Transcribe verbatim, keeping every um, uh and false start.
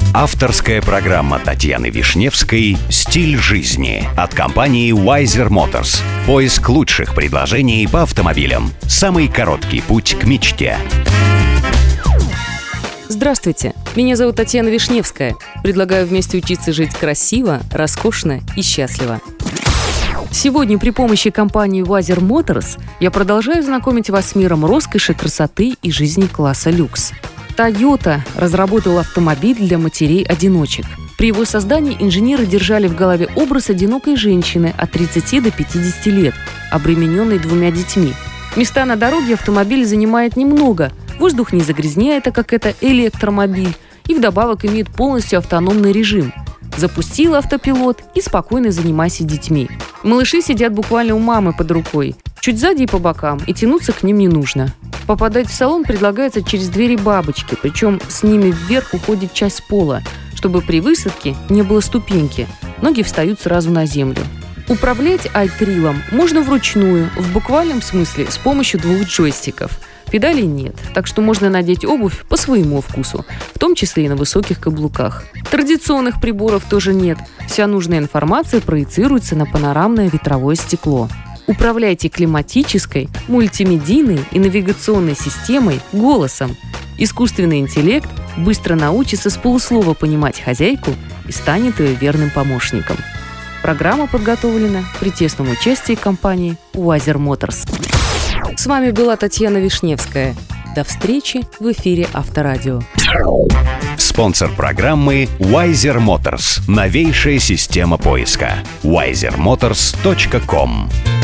Авторская программа Татьяны Вишневской «Стиль жизни» от компании Wiser Motors. Поиск лучших предложений по автомобилям. Самый короткий путь к мечте. Здравствуйте, меня зовут Татьяна Вишневская. Предлагаю вместе учиться жить красиво, роскошно и счастливо. Сегодня при помощи компании Wiser Motors я продолжаю знакомить вас с миром роскоши, красоты и жизни класса люкс. Toyota разработала автомобиль для матерей-одиночек. При его создании инженеры держали в голове образ одинокой женщины от тридцати до пятидесяти лет, обремененной двумя детьми. Места на дороге автомобиль занимает немного, воздух не загрязняет, так как это электромобиль, и вдобавок имеет полностью автономный режим. Запустил автопилот и спокойно занимайся детьми. Малыши сидят буквально у мамы под рукой, чуть сзади и по бокам, и тянуться к ним не нужно. Попадать в салон предлагается через двери бабочки, причем с ними вверх уходит часть пола, чтобы при высадке не было ступеньки, ноги встают сразу на землю. Управлять айтрилом можно вручную, в буквальном смысле с помощью двух джойстиков. Педалей нет, так что можно надеть обувь по своему вкусу, в том числе и на высоких каблуках. Традиционных приборов тоже нет, вся нужная информация проецируется на панорамное ветровое стекло. Управляйте климатической, мультимедийной и навигационной системой голосом. Искусственный интеллект быстро научится с полуслова понимать хозяйку и станет ее верным помощником. Программа подготовлена при тесном участии компании Wiser Motors. С вами была Татьяна Вишневская. До встречи в эфире Авторадио. Спонсор программы Wiser Motors. Новейшая система поиска. вайзер моторс точка ком